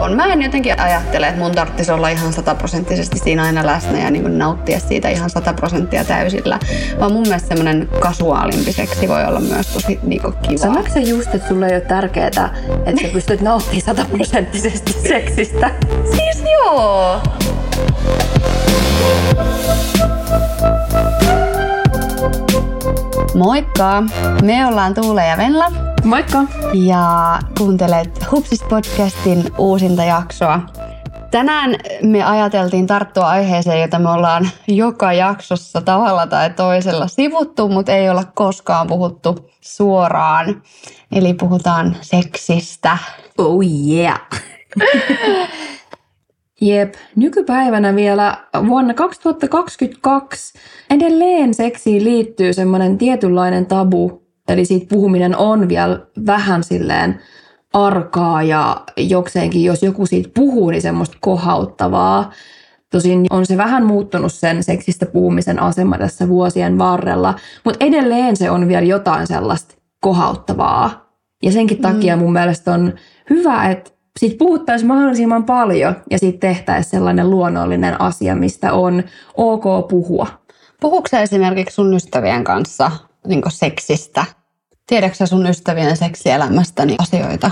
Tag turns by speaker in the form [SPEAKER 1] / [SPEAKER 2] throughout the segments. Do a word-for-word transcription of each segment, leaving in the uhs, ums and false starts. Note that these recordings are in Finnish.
[SPEAKER 1] on. Mä en jotenkin ajattele, että mun tarvitsisi olla ihan sataprosenttisesti siinä aina läsnä ja niin nauttia siitä ihan sata prosenttia täysillä. Vaan mun mielestä semmoinen kasuaalimpi seksi voi olla myös tosi niin kivaa.
[SPEAKER 2] Sanoitko sä just, että sulle ei ole tärkeää, että sä pystyt nauttimaan sataprosenttisesti seksistä?
[SPEAKER 1] Siis joo! Moikka! Me ollaan Tuula ja Venla.
[SPEAKER 2] Moikka!
[SPEAKER 1] Ja kuuntelet Hupsis-podcastin uusinta jaksoa. Tänään me ajateltiin tarttua aiheeseen, jota me ollaan joka jaksossa tavalla tai toisella sivuttu, mutta ei olla koskaan puhuttu suoraan. Eli puhutaan seksistä.
[SPEAKER 2] Oh yeah! Jep, nykypäivänä vielä vuonna kaksituhattakaksikymmentäkaksi edelleen seksiin liittyy semmoinen tietynlainen tabu. Eli siitä puhuminen on vielä vähän silleen arkaa ja jokseenkin, jos joku siitä puhuu, niin semmoista kohauttavaa. Tosin on se vähän muuttunut sen seksistä puhumisen asema tässä vuosien varrella, mutta edelleen se on vielä jotain sellaista kohauttavaa. Ja senkin takia mun mielestä on hyvä, että siitä puhuttaisiin mahdollisimman paljon ja siitä tehtäisiin sellainen luonnollinen asia, mistä on ok puhua.
[SPEAKER 1] Puhuuko sä esimerkiksi sun ystävien kanssa niin kuin seksistä? Tiedätkö sä sun ystävien seksielämästäni asioita?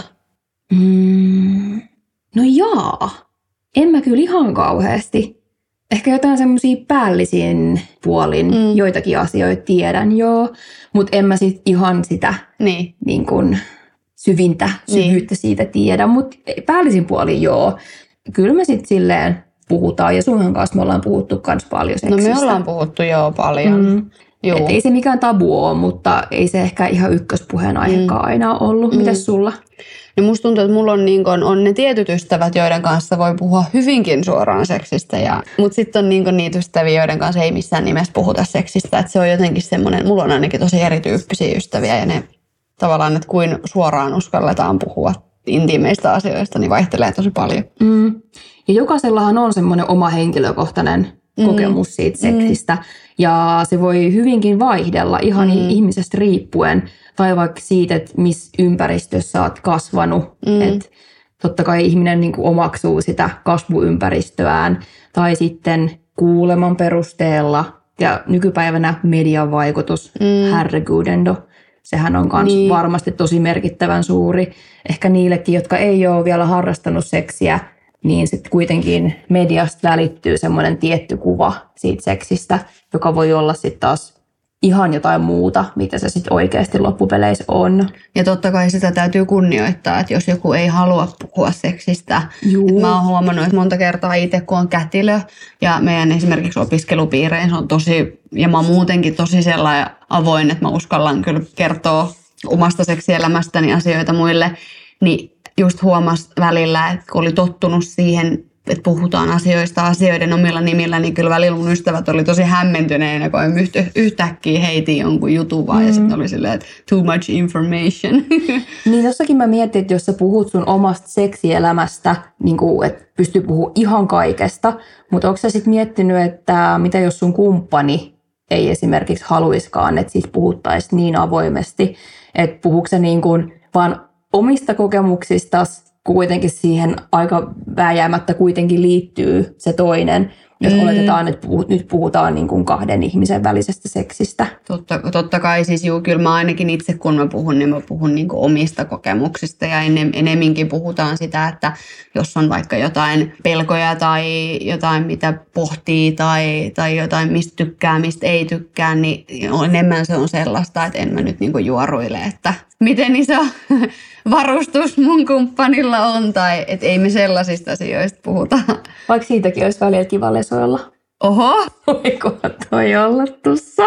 [SPEAKER 2] Mm, no jaa. En mä kyllä ihan kauheasti. Ehkä jotain semmoisia päällisin puolin mm. joitakin asioita tiedän, joo. Mutta en mä sit ihan sitä
[SPEAKER 1] niin.
[SPEAKER 2] Niin kun syvintä syvyyttä niin. siitä tiedä. Mutta päällisin puolin joo. Kyllä me sitten silleen puhutaan. Ja sunhan kanssa me ollaan puhuttu kans paljon seksistä.
[SPEAKER 1] No me ollaan puhuttu joo paljon. Mm.
[SPEAKER 2] Et ei se mikään tabu ole, mutta ei se ehkä ihan ykköspuheen aihekaan mm. aina ollut. Mm. Mites sulla?
[SPEAKER 1] No musta tuntuu, että mulla on, niin kun, on ne tietyt ystävät, joiden kanssa voi puhua hyvinkin suoraan seksistä. Ja, mutta sitten on niin niitä ystäviä, joiden kanssa ei missään nimessä puhuta seksistä. Että se on jotenkin semmoinen, mulla on ainakin tosi erityyppisiä ystäviä ja ne tavallaan, että kuin suoraan uskalletaan puhua intiimeistä asioista, niin vaihtelee tosi paljon.
[SPEAKER 2] Mm. Ja jokaisellahan on semmoinen oma henkilökohtainen mm. kokemus siitä seksistä. Mm. Ja se voi hyvinkin vaihdella ihan mm. ihmisestä riippuen. Tai vaikka siitä, että missä ympäristössä olet kasvanut. Mm. Että totta kai ihminen niin kuin omaksuu sitä kasvuympäristöään. Tai sitten kuuleman perusteella. Ja nykypäivänä median vaikutus, mm. herregudendo. Sehän on myös niin. varmasti tosi merkittävän suuri. Ehkä niillekin, jotka ei ole vielä harrastanut seksiä, niin sitten kuitenkin mediasta välittyy semmoinen tietty kuva siitä seksistä, joka voi olla sitten taas ihan jotain muuta, mitä se sitten oikeasti loppupeleissä on.
[SPEAKER 1] Ja totta kai sitä täytyy kunnioittaa, että jos joku ei halua puhua seksistä. Että mä oon huomannut, että monta kertaa itse, kun on kätilö ja meidän esimerkiksi opiskelupiireissä on tosi, ja mä oon muutenkin tosi sellainen avoin, että mä uskallan kyllä kertoa omasta seksielämästäni asioita muille, niin just huomasi välillä, että kun oli tottunut siihen, että puhutaan asioista asioiden omilla nimillä, niin kyllä välillä mun ystävät oli tosi hämmentyneinä, kun yhtäkkiä heitin jonkun jutun vaan, mm. ja sitten oli silleen, että too much information.
[SPEAKER 2] Niin jossakin mä mietin, että jos sä puhut sun omasta seksielämästä, niin kuin, että pystyy puhumaan ihan kaikesta, mutta onko sä sitten miettinyt, että mitä jos sun kumppani ei esimerkiksi haluiskaan, että siitä puhuttaisiin niin avoimesti, että puhuuko sä niin kuin vaan omista kokemuksistas, kuitenkin siihen aika vääjäämättä kuitenkin liittyy se toinen, jos mm. oletetaan, että puhut, nyt puhutaan niin kuin kahden ihmisen välisestä seksistä.
[SPEAKER 1] Totta, totta kai siis juu, kyllä mä ainakin itse kun mä puhun, niin mä puhun niin kuin omista kokemuksista ja enem, enemminkin puhutaan sitä, että jos on vaikka jotain pelkoja tai jotain, mitä pohtii tai, tai jotain, mistä tykkää, mistä ei tykkää, niin enemmän se on sellaista, että en mä nyt niin kuin juoruile, että miten iso varustus mun kumppanilla on, tai et ei me sellaisista asioista puhuta.
[SPEAKER 2] Vaikka siitäkin olisi välillä kiva lesoilla.
[SPEAKER 1] Oho!
[SPEAKER 2] Voikohan toi olla tuossa?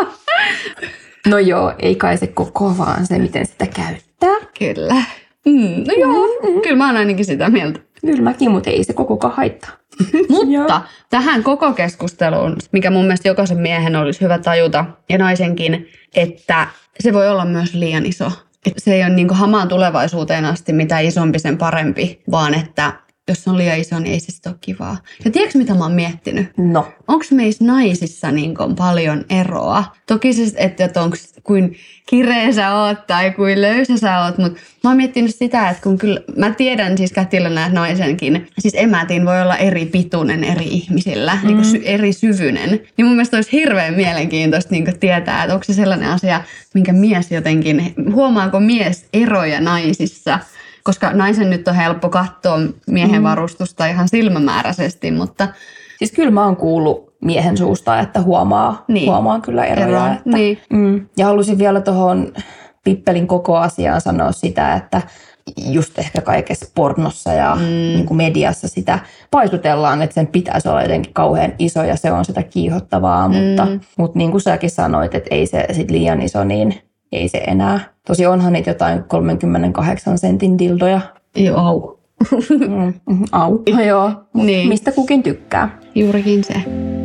[SPEAKER 2] No joo, ei kai se koko, vaan se, miten sitä käyttää.
[SPEAKER 1] Kyllä. Mm, no joo, mm-hmm. Kyllä mä oon ainakin sitä mieltä.
[SPEAKER 2] Kyllä mäkin, mutta ei se kokokaan haittaa.
[SPEAKER 1] Mutta tähän koko keskusteluun, mikä mun mielestä jokaisen miehen olisi hyvä tajuta, ja naisenkin, että se voi olla myös liian iso. Se ei ole niin kuin hamaan tulevaisuuteen asti mitä isompi sen parempi, vaan että jos se on liian iso, niin ei se sitten ole kivaa. Ja tiedätkö, mitä mä oon miettinyt?
[SPEAKER 2] No.
[SPEAKER 1] Onko meissä naisissa niin kuin paljon eroa? Toki se, että, että onko kuin kireä sä oot tai kuin löysä sä oot, mutta mä oon miettinyt sitä, että kun kyllä, mä tiedän siis kätilönä, että naisenkin, siis emätin voi olla eri pituinen eri ihmisillä, mm. niin kuin sy- eri syvyinen. Niin mun mielestä olisi hirveän mielenkiintoista niin kuin tietää, että onko se sellainen asia, minkä mies jotenkin, huomaako mies eroja naisissa? Koska naisen nyt on helppo katsoa miehen varustusta ihan silmämääräisesti, mutta...
[SPEAKER 2] Siis kyllä mä oon kuullut miehen suusta, että huomaa, niin. huomaa kyllä eroja.
[SPEAKER 1] Ero,
[SPEAKER 2] että,
[SPEAKER 1] niin.
[SPEAKER 2] mm, ja halusin vielä tuohon Pippelin koko asiaan sanoa sitä, että just ehkä kaikessa pornossa ja mm. niin kuin mediassa sitä paisutellaan, että sen pitäisi olla jotenkin kauhean iso ja se on sitä kiihottavaa, mm. mutta, mutta niin kuin säkin sanoit, että ei se sit liian iso, niin ei se enää. Tosi onhan niitä jotain kolmekymmentäkahdeksan sentin dildoja.
[SPEAKER 1] Joo, au.
[SPEAKER 2] mm, au. No joo,
[SPEAKER 1] niin.
[SPEAKER 2] Mistä kukin tykkää.
[SPEAKER 1] Juurikin se.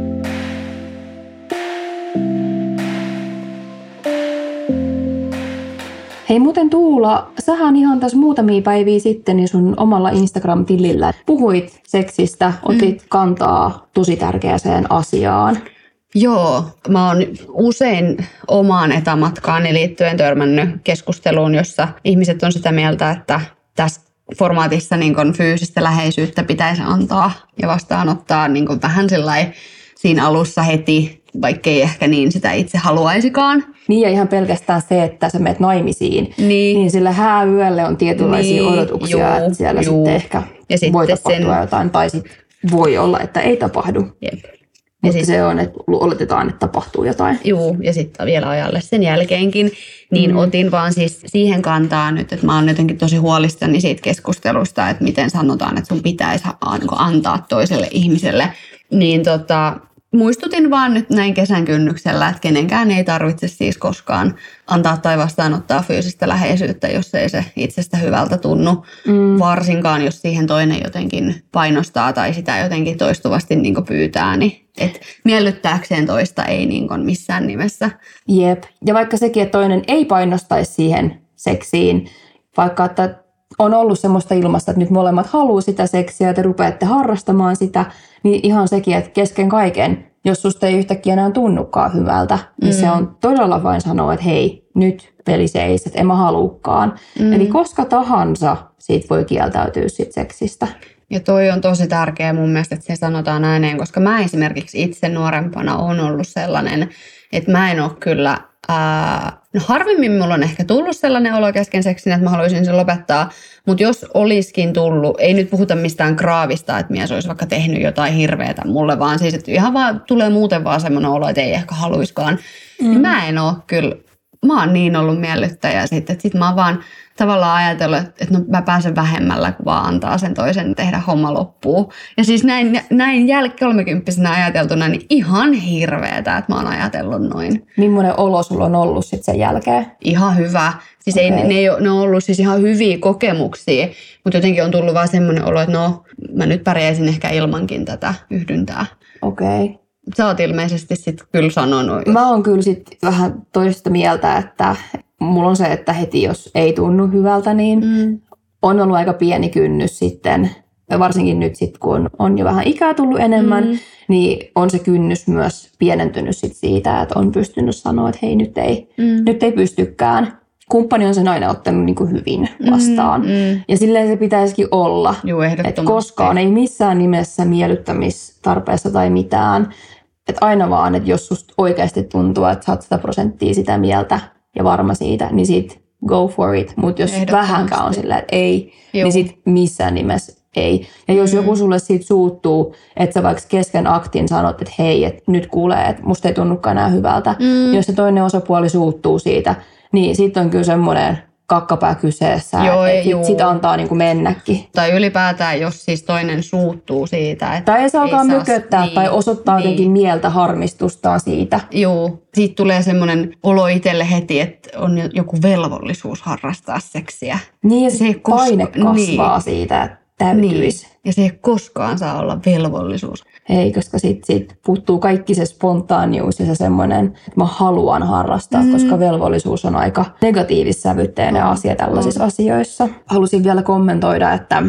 [SPEAKER 2] Hei muuten Tuula, sähän ihan tässä muutamia päiviä sitten niin sun omalla Instagram-tilillä puhuit seksistä, otit mm. kantaa tosi tärkeäseen asiaan.
[SPEAKER 1] Joo, mä oon usein omaan etämatkaani liittyen törmännyt keskusteluun, jossa ihmiset on sitä mieltä, että tässä formaatissa niin kun fyysistä läheisyyttä pitäisi antaa ja vastaanottaa niin kun vähän sellainen siinä alussa heti, vaikkei ehkä niin sitä itse haluaisikaan.
[SPEAKER 2] Niin ja ihan pelkästään se, että sä menet naimisiin, niin, niin sillä hääyölle on tietynlaisia niin, odotuksia, juu, että siellä juu. sitten ehkä ja sitten voi tapahtua sen... jotain tai sitten voi olla, että ei tapahdu. Jep. Ja mutta sit, se on, että oletetaan, että tapahtuu jotain.
[SPEAKER 1] Joo, ja sitten vielä ajalle sen jälkeenkin, niin mm. otin vaan siis siihen kantaa nyt, että mä oon jotenkin tosi huolissani siitä keskustelusta, että miten sanotaan, että sun pitäisi antaa toiselle ihmiselle. Niin tota, muistutin vaan nyt näin kesän kynnyksellä, että kenenkään ei tarvitse siis koskaan antaa tai vastaanottaa fyysistä läheisyyttä, jos ei se itsestä hyvältä tunnu. Mm. Varsinkaan, jos siihen toinen jotenkin painostaa tai sitä jotenkin toistuvasti niin kuin pyytää, niin et miellyttääkseen toista ei niin kuin missään nimessä.
[SPEAKER 2] Jep. Ja vaikka sekin, että toinen ei painostaisi siihen seksiin, vaikka että on ollut semmoista ilmasta, että nyt molemmat haluaa sitä seksiä ja te rupeatte harrastamaan sitä, niin ihan sekin, että kesken kaiken, jos susta ei yhtäkkiä enää tunnukaan hyvältä, niin mm. se on todella vain sanoa, että hei, nyt peli seis, että en mä haluukaan. Mm. Eli koska tahansa siitä voi kieltäytyä siitä seksistä.
[SPEAKER 1] Ja toi on tosi tärkeä mun mielestä, että se sanotaan ääneen, koska mä esimerkiksi itse nuorempana on ollut sellainen, että mä en ole kyllä... Ää, no harvemmin mulla on ehkä tullut sellainen olo kesken seksin, että mä haluaisin sen lopettaa, mutta jos olisikin tullut, ei nyt puhuta mistään kraavista, että mies olisi vaikka tehnyt jotain hirveätä mulle, vaan siis, että ihan vaan tulee muuten vaan semmoinen olo, että ei ehkä haluiskaan, mm. niin mä en ole kyllä, mä oon niin ollut miellyttäjä sitten, että sit mä oon vaan tavallaan ajatellut, että no mä pääsen vähemmällä, kun vaan antaa sen toisen tehdä homma loppuun. Ja siis näin, näin jäl- kolmekymppisenä ajateltuna, niin ihan hirveetä, että mä oon ajatellut noin.
[SPEAKER 2] Millainen olo sulla on ollut sitten sen jälkeen?
[SPEAKER 1] Ihan hyvä. Siis okay. ei, ne, ei, ne on ollut siis ihan hyviä kokemuksia, mutta jotenkin on tullut vaan semmoinen olo, että no mä nyt pärjäisin ehkä ilmankin tätä yhdyntää.
[SPEAKER 2] Okei. Okay.
[SPEAKER 1] Sä oot ilmeisesti sitten kyllä sanonut.
[SPEAKER 2] Mä oon kyllä sitten vähän toista mieltä, että mulla on se, että heti jos ei tunnu hyvältä, niin mm. on ollut aika pieni kynnys sitten, varsinkin nyt sitten kun on jo vähän ikää tullut enemmän, mm. niin on se kynnys myös pienentynyt sit siitä, että on pystynyt sanoa, että hei nyt ei, mm. nyt ei pystykään. Kumppani on sen aina ottanut niin kuin hyvin vastaan. Mm, mm. Ja silleen se pitäisikin olla,
[SPEAKER 1] Juu,
[SPEAKER 2] että koskaan ei missään nimessä miellyttämistarpeessa tai mitään. Että aina vaan, että jos susta oikeasti tuntuu, että sä oot sata prosenttia sitä mieltä ja varma siitä, niin sit go for it. Mutta jos vähänkään on silleen, että ei, Juu. niin sit missään nimessä ei. Ja jos mm. joku sulle siitä suuttuu, että sä vaikka kesken aktin sanot, että hei, että nyt kuulee, että musta ei tunnukaan enää hyvältä. Mm. Jos se toinen osapuoli suuttuu siitä, niin sitten on kyllä semmoinen kakkapää kyseessä, Joo, että sit, sit antaa niin kuin mennäkin.
[SPEAKER 1] Tai ylipäätään, jos siis toinen suuttuu siitä. Että
[SPEAKER 2] tai ei se alkaa mököttää niin, tai osoittaa niin. jotenkin mieltä harmistustaan siitä.
[SPEAKER 1] Joo, siitä tulee semmoinen olo itselle heti, että on joku velvollisuus harrastaa seksiä.
[SPEAKER 2] Niin ja se paine koska... kasvaa niin. siitä, että täytyisi.
[SPEAKER 1] Niin. Ja se ei koskaan saa olla velvollisuus.
[SPEAKER 2] Ei, koska sitten sit puuttuu kaikki se spontaanius ja se semmoinen, että mä haluan harrastaa, mm. koska velvollisuus on aika negatiivissävytteinen mm. asia tällaisissa mm. asioissa. Halusin vielä kommentoida, että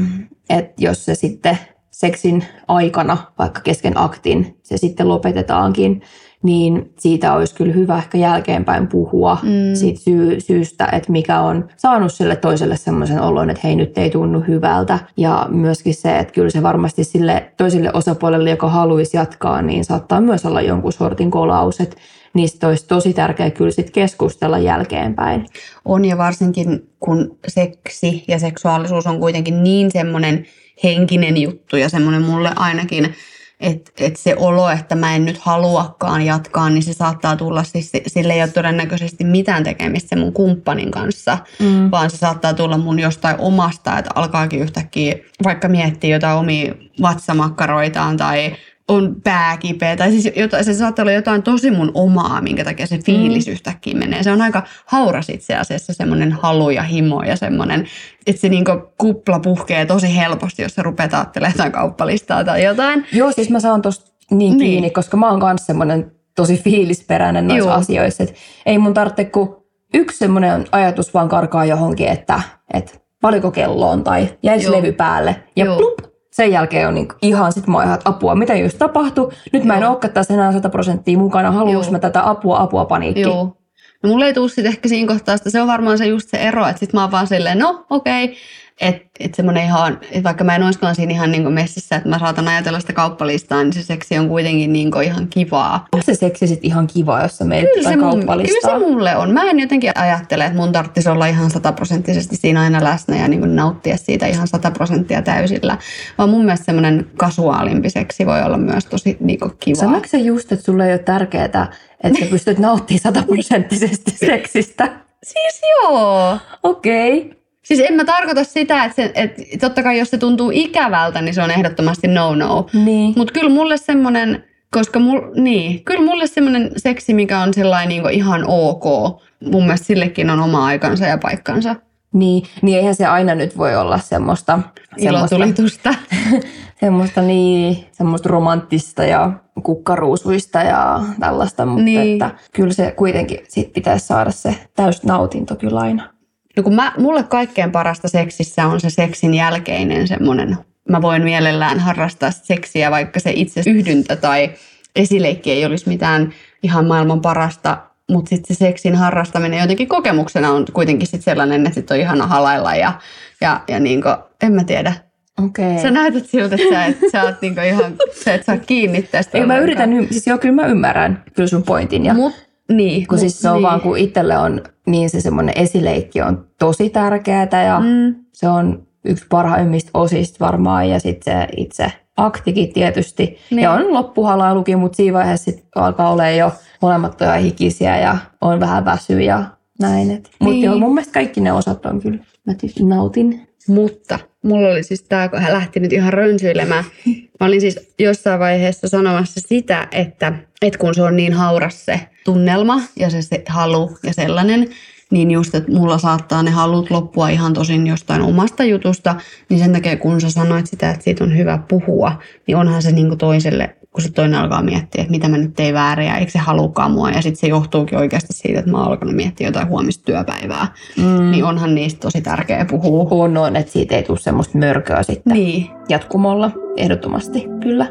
[SPEAKER 2] että jos se sitten seksin aikana, vaikka kesken aktin, se sitten lopetetaankin, niin siitä olisi kyllä hyvä ehkä jälkeenpäin puhua mm. siitä syy, syystä, että mikä on saanut sille toiselle semmoisen olon, että hei, nyt ei tunnu hyvältä. Ja myöskin se, että kyllä se varmasti sille toiselle osapuolelle, joka haluaisi jatkaa, niin saattaa myös olla jonkun sortin kolaus, että niistä olisi tosi tärkeää kyllä sit keskustella jälkeenpäin.
[SPEAKER 1] On, ja varsinkin kun seksi ja seksuaalisuus on kuitenkin niin semmoinen henkinen juttu ja semmoinen mulle ainakin, että et se olo, että mä en nyt haluakaan jatkaa, niin se saattaa tulla, siis sille ei ole todennäköisesti mitään tekemistä sen mun kumppanin kanssa, mm. vaan se saattaa tulla mun jostain omasta, että alkaakin yhtäkkiä vaikka miettiä jotain omia vatsamakkaroitaan tai on pää kipeä, tai siis jotain, se saattaa olla jotain tosi mun omaa, minkä takia se fiilis mm. yhtäkkiä menee. Se on aika hauras itse asiassa semmoinen halu ja himo ja semmoinen, että se niinku kupla puhkee tosi helposti, jos sä rupeat ajattelemaan jotain kauppalistaa tai jotain.
[SPEAKER 2] Joo, siis mä saan tosta niin kiinni, niin. koska mä oon kanssa semmoinen tosi fiilisperäinen noissa Joo. asioissa, että ei mun tarvitse kuin yksi semmoinen ajatus vaan karkaa johonkin, että, että paljonko kello on tai jäikö levy päälle ja Joo. plup. Sen jälkeen on niin ihan sit mä oon ihan, apua, mitä just tapahtui. Nyt mä en olekaan tässä enää sata prosenttia mukana. Haluais mä tätä apua, apua, paniikki.
[SPEAKER 1] Joo. No mulle ei tule sit ehkä siinä kohtaa, se on varmaan se just se ero, että sit mä oon vaan silleen, no okei. Okay. Että et semmoinen ihan, että vaikka mä en oiskaan siinä ihan niin messissä, että mä saatan ajatella sitä kauppalistaa, niin se seksi on kuitenkin niin ihan kivaa.
[SPEAKER 2] On se seksi sit ihan kivaa, jos sä meet jotain kauppalistaa?
[SPEAKER 1] Kyllä se mulle on. Mä en jotenkin ajattele, että mun tarvitsisi olla ihan sataprosenttisesti siinä aina läsnä ja niin nauttia siitä ihan sata prosenttia täysillä. Vaan mun mielestä semmoinen kasuaalimpi seksi voi olla myös tosi niin kivaa.
[SPEAKER 2] Sanoitko sä just, että sulle ei ole tärkeää, että sä pystyt nauttimaan sataprosenttisesti seksistä?
[SPEAKER 1] Siis joo.
[SPEAKER 2] Okei. Okay.
[SPEAKER 1] Siis en mä tarkoita sitä, että, se, että totta kai jos se tuntuu ikävältä, niin se on ehdottomasti no-no.
[SPEAKER 2] Niin.
[SPEAKER 1] Mutta kyllä mulle semmoinen, koska mul, niin, kyllä mulle semmoinen seksi, mikä on sellainen niin ihan ok. Mun mielestä sillekin on oma aikansa ja paikkansa.
[SPEAKER 2] Niin, niin eihän se aina nyt voi olla semmoista...
[SPEAKER 1] Ilotulitusta.
[SPEAKER 2] semmoista niin, semmoista romanttista ja kukkaruusuista ja tällaista, mutta niin. että kyllä se kuitenkin sit pitäisi saada se täys nautinto kyllä aina.
[SPEAKER 1] No kun mä, mulle kaikkein parasta seksissä on se seksin jälkeinen semmoinen, mä voin mielellään harrastaa seksiä, vaikka se itse yhdyntä tai esileikki ei olisi mitään ihan maailman parasta, mutta sitten se seksin harrastaminen jotenkin kokemuksena on kuitenkin sit sellainen, että sit on ihana halailla ja, ja, ja niinku, en mä tiedä.
[SPEAKER 2] Okay.
[SPEAKER 1] Sä näytät siltä, että sä et, sä oot niinku ihan, sä et saa kiinni tästä.
[SPEAKER 2] Ei, mä yritän, siis joo, kyllä mä ymmärrän kyllä sun pointin. Ja
[SPEAKER 1] Mut, niin.
[SPEAKER 2] Kun siis se on niin. vaan, kun itselle on, niin se semmoinen esileikki on tosi tärkeää ja mm. se on yksi parhaimmista osista varmaan ja sitten se itse aktikin tietysti. Niin. Ja on loppuhalailukin, mutta siinä vaiheessa sit alkaa olla jo molemmat jo hikisiä ja on vähän väsyä ja näin. Niin. Mutta joo, mun mielestä kaikki ne osat on kyllä. Mä nautin.
[SPEAKER 1] Mutta mulla oli siis tää, kun hän lähti nyt ihan rönsyilemään. Mä olin siis jossain vaiheessa sanomassa sitä, että, että kun se on niin hauras se tunnelma ja se, se halu ja sellainen, niin just, että mulla saattaa ne halut loppua ihan tosin jostain omasta jutusta, niin sen takia kun sä sanoit sitä, että siitä on hyvä puhua, niin onhan se niin kuin toiselle, kun se toinen alkaa miettiä, että mitä mä nyt tein väärin ja eikö se halukaan mua. Ja sitten se johtuukin oikeasti siitä, että mä oon alkanut miettiä jotain huomista työpäivää. Mm. Niin onhan niistä tosi tärkeä puhua.
[SPEAKER 2] On, on, että siitä ei tule semmoista mörköä sitten
[SPEAKER 1] niin.
[SPEAKER 2] jatkumolla. Ehdottomasti, kyllä.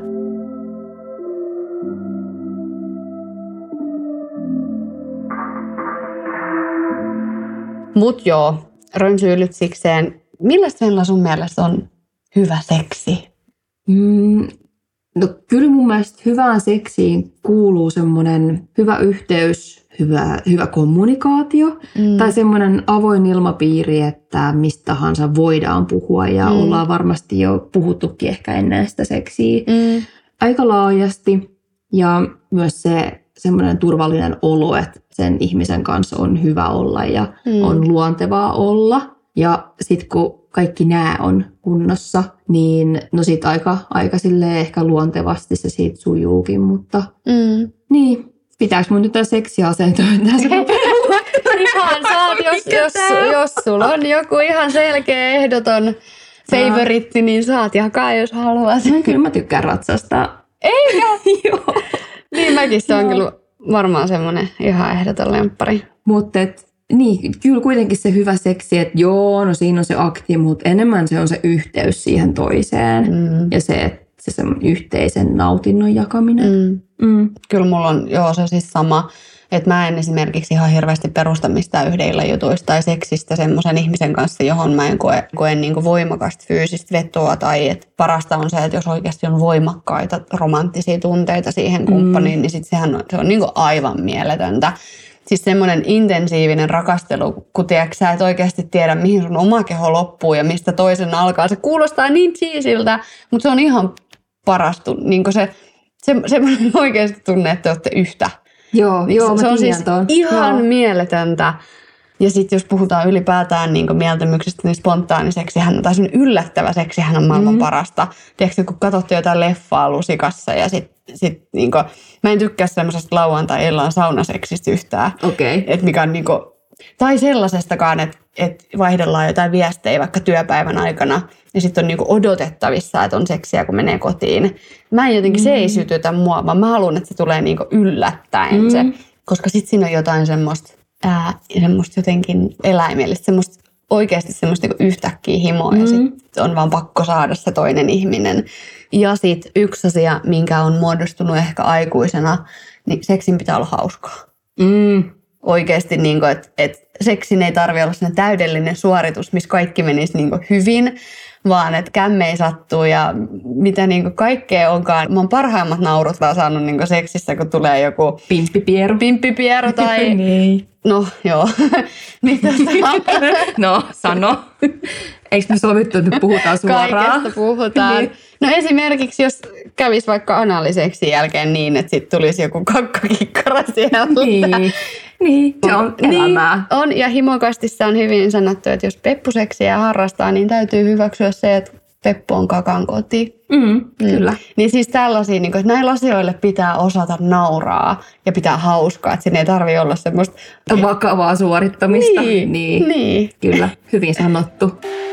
[SPEAKER 1] Mut joo, rönsyilyt sikseen. Millaista Venla sun mielestä on hyvä seksi?
[SPEAKER 2] Mm, no kyllä mun mielestä hyvään seksiin kuuluu semmoinen hyvä yhteys, hyvä, hyvä kommunikaatio mm. tai semmoinen avoin ilmapiiri, että mistä tahansa voidaan puhua ja mm. ollaan varmasti jo puhuttukin ehkä ennen sitä seksiä mm. aika laajasti ja myös se semmoinen turvallinen olo, että sen ihmisen kanssa on hyvä olla ja mm. on luontevaa olla. Ja sitten kun kaikki nämä on kunnossa, niin no sit aika, aika silleen ehkä luontevasti se siitä sujuukin, mutta mm. niin, pitääkö mun nyt tämä seksiasentoa tässä
[SPEAKER 1] ihan saat, jos, jos, jos sulla on joku ihan selkeä ehdoton favoritti, niin saat jakaa, jos haluat.
[SPEAKER 2] No, kyllä mä tykkään ratsastaa.
[SPEAKER 1] Eikä?
[SPEAKER 2] Joo.
[SPEAKER 1] Niin mäkin se on kyllä varmaan semmoinen ihan ehdoton lemppari.
[SPEAKER 2] Mutta Niin, kyllä kuitenkin se hyvä seksi, että joo, no siinä on se akti, mutta enemmän se on se yhteys siihen toiseen. Mm. Ja se, että se semmoinen yhteisen nautinnon jakaminen. Mm.
[SPEAKER 1] Mm. Kyllä mulla on, joo, se siis sama. Että mä en esimerkiksi ihan hirveästi perusta mistään yhden illan jutuista tai seksistä semmoisen ihmisen kanssa, johon mä en koe, koe niin kuin voimakasta fyysistä vetoa. Tai että parasta on se, että jos oikeasti on voimakkaita romanttisia tunteita siihen kumppaniin, mm. niin sit sehän on, se on niin kuin aivan mieletöntä. Siis semmoinen intensiivinen rakastelu, kun tiedätkö, sä et oikeasti tiedä, mihin sun oma keho loppuu ja mistä toisen alkaa. Se kuulostaa niin cheesiltä, mutta se on ihan parastu. Niin se, se, semmoinen oikeasti tunne, että te olette yhtä.
[SPEAKER 2] Joo, joo,
[SPEAKER 1] se
[SPEAKER 2] mä
[SPEAKER 1] on siis
[SPEAKER 2] ton.
[SPEAKER 1] ihan
[SPEAKER 2] joo.
[SPEAKER 1] mieletöntä. Ja sitten jos puhutaan ylipäätään niin mieltymyksestä, niin spontaaniseksihän tai semmoinen yllättävä seksihän on maailman mm. parasta. Tiedätkö, kun katsotte jotain leffaa lusikassa ja sitten sit, niin kuin, mä en tykkää semmoisesta lauantai-illan saunaseksistä yhtään.
[SPEAKER 2] Okay.
[SPEAKER 1] Että mikä on niin kuin, tai sellaisestakaan, että, että vaihdellaan jotain viestejä vaikka työpäivän aikana ja sitten on niin kuin odotettavissa, että on seksiä, kun menee kotiin. Mä en jotenkin, mm. se ei sytytä mua, vaan mä haluan, että se tulee niin kuin yllättäen mm. se, koska sitten siinä on jotain semmoista, ää, semmoista jotenkin eläimellistä, semmoista oikeasti semmoista niin yhtäkkiä himoa mm. ja sitten on vaan pakko saada se toinen ihminen. Ja sitten yksi asia, minkä on muodostunut ehkä aikuisena, niin seksin pitää olla hauskaa.
[SPEAKER 2] Mm.
[SPEAKER 1] Oikeasti, niin että et seksin ei tarvitse olla sellainen täydellinen suoritus, missä kaikki menisi niin hyvin, vaan että kämmei sattuu ja mitä niin kaikkea onkaan. Mä oon parhaimmat naurut vaan saanut niin seksissä, kun tulee joku
[SPEAKER 2] Pimppipieru.
[SPEAKER 1] Pimppipieru tai...
[SPEAKER 2] niin.
[SPEAKER 1] No, joo.
[SPEAKER 2] no, sano. Eikö me sovittu, että puhutaan suoraan?
[SPEAKER 1] Kaikesta puhutaan. niin. No esimerkiksi, jos kävisi vaikka analiseksin jälkeen niin, että sitten tulisi joku kakkakikkara sieltä.
[SPEAKER 2] Niin. Niin, se on elämää.
[SPEAKER 1] Niin, on, ja himokastissa on hyvin sanottu, että jos peppuseksiä harrastaa, niin täytyy hyväksyä se, että peppu on kakan koti.
[SPEAKER 2] Mm, mm. Kyllä.
[SPEAKER 1] Niin siis tällaisia, niin kuin, että näillä asioilla pitää osata nauraa ja pitää hauskaa, että siinä ei tarvitse olla semmoista...
[SPEAKER 2] vakavaa suorittamista.
[SPEAKER 1] Niin,
[SPEAKER 2] niin.
[SPEAKER 1] niin.
[SPEAKER 2] Kyllä, hyvin sanottu.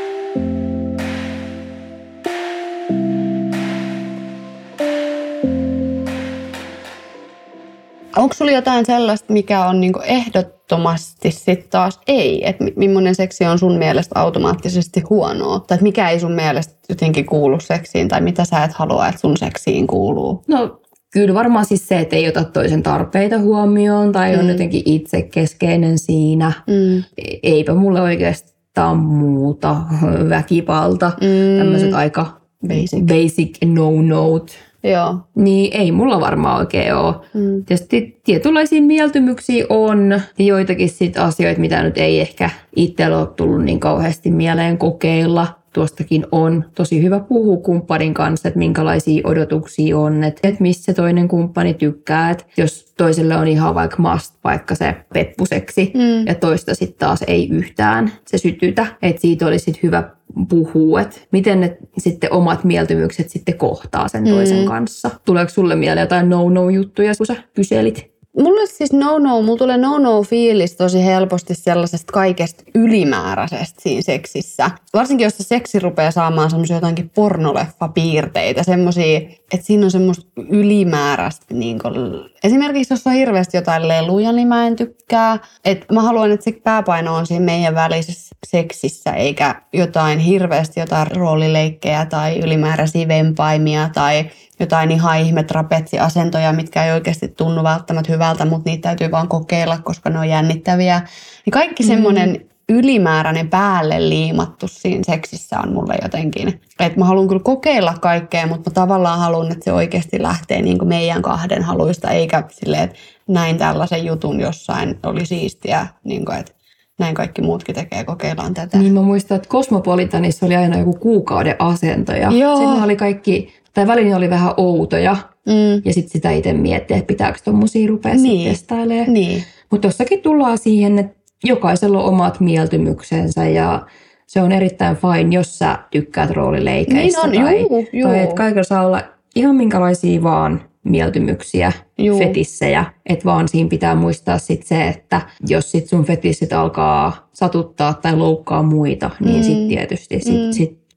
[SPEAKER 1] Onko sulla jotain sellaista, mikä on niinku ehdottomasti sitten taas ei? Että millainen seksi on sun mielestä automaattisesti huonoa? Tai että mikä ei sun mielestä jotenkin kuulu seksiin? Tai mitä sä et halua, että sun seksiin kuuluu?
[SPEAKER 2] No kyllä varmaan siis se, että ei ota toisen tarpeita huomioon tai on mm. jotenkin itsekeskeinen siinä. Mm. Eipä mulle oikeastaan muuta. Väkivalta, mm. tämmöiset aika basic, basic no-note.
[SPEAKER 1] Joo.
[SPEAKER 2] Niin ei mulla varmaan oikein ole. Mm. Tietysti tietynlaisia mieltymyksiä on ja joitakin sit asioita, mitä nyt ei ehkä itsellä ole tullut niin kauheasti mieleen kokeilla. Tuostakin on tosi hyvä puhua kumppanin kanssa, että minkälaisia odotuksia on, että, että missä toinen kumppani tykkää. Että jos toiselle on ihan vaikka must, vaikka se peppuseksi mm. ja toista sitten taas ei yhtään se sytytä. Että siitä olisi sit hyvä puhua, että miten ne sitten omat mieltymykset sitten kohtaa sen toisen mm. kanssa. Tuleeko sulle mieleen jotain no-no-juttuja, kun sä kyselit?
[SPEAKER 1] Mulle siis no-no, mulla tulee no-no-fiilis tosi helposti sellaisesta kaikesta ylimääräisestä siinä seksissä. Varsinkin, jos se seksi rupeaa saamaan semmoisia jotakin pornoleffa-piirteitä, semmoisia, että siinä on semmoista ylimääräistä. Niin kuin, esimerkiksi jos on hirveästi jotain leluja, niin mä en tykkää. Että mä haluan, että se pääpaino on siinä meidän välisessä seksissä, eikä jotain hirveästi jotain roolileikkejä tai ylimääräisiä vempaimia tai jotain ihan ihme trapetsiasentoja, mitkä ei oikeasti tunnu välttämättä hyvältä, mutta niitä täytyy vaan kokeilla, koska ne on jännittäviä. Niin kaikki semmoinen mm. ylimääräinen päälle liimattu siinä seksissä on mulle jotenkin. Että mä haluan kyllä kokeilla kaikkea, mutta mä tavallaan haluan, että se oikeasti lähtee niin kuin meidän kahden haluista, eikä silleen, että näin tällaisen jutun jossain oli siistiä, niin kuin, että näin kaikki muutkin tekee, kokeillaan tätä.
[SPEAKER 2] Niin mä muistan, että Cosmopolitanissa oli aina joku kuukauden asento ja siinä oli kaikki... Tai välillä oli vähän outoja mm. ja sitten sitä itse miettiä, että pitääkö tommosia rupea niin. sitten testailemaan.
[SPEAKER 1] Niin.
[SPEAKER 2] Mutta tossakin tullaan siihen, että jokaisella on omat mieltymyksensä ja se on erittäin fine, jos sä tykkäät roolileikeistä.
[SPEAKER 1] Niin on,
[SPEAKER 2] tai,
[SPEAKER 1] juu, juu.
[SPEAKER 2] tai että kaikilla saa olla ihan minkälaisia vaan mieltymyksiä, juu. fetissejä. Että vaan siinä pitää muistaa sit se, että jos sit sun fetissit alkaa satuttaa tai loukkaa muita, niin mm. sit tietysti sit, mm. sit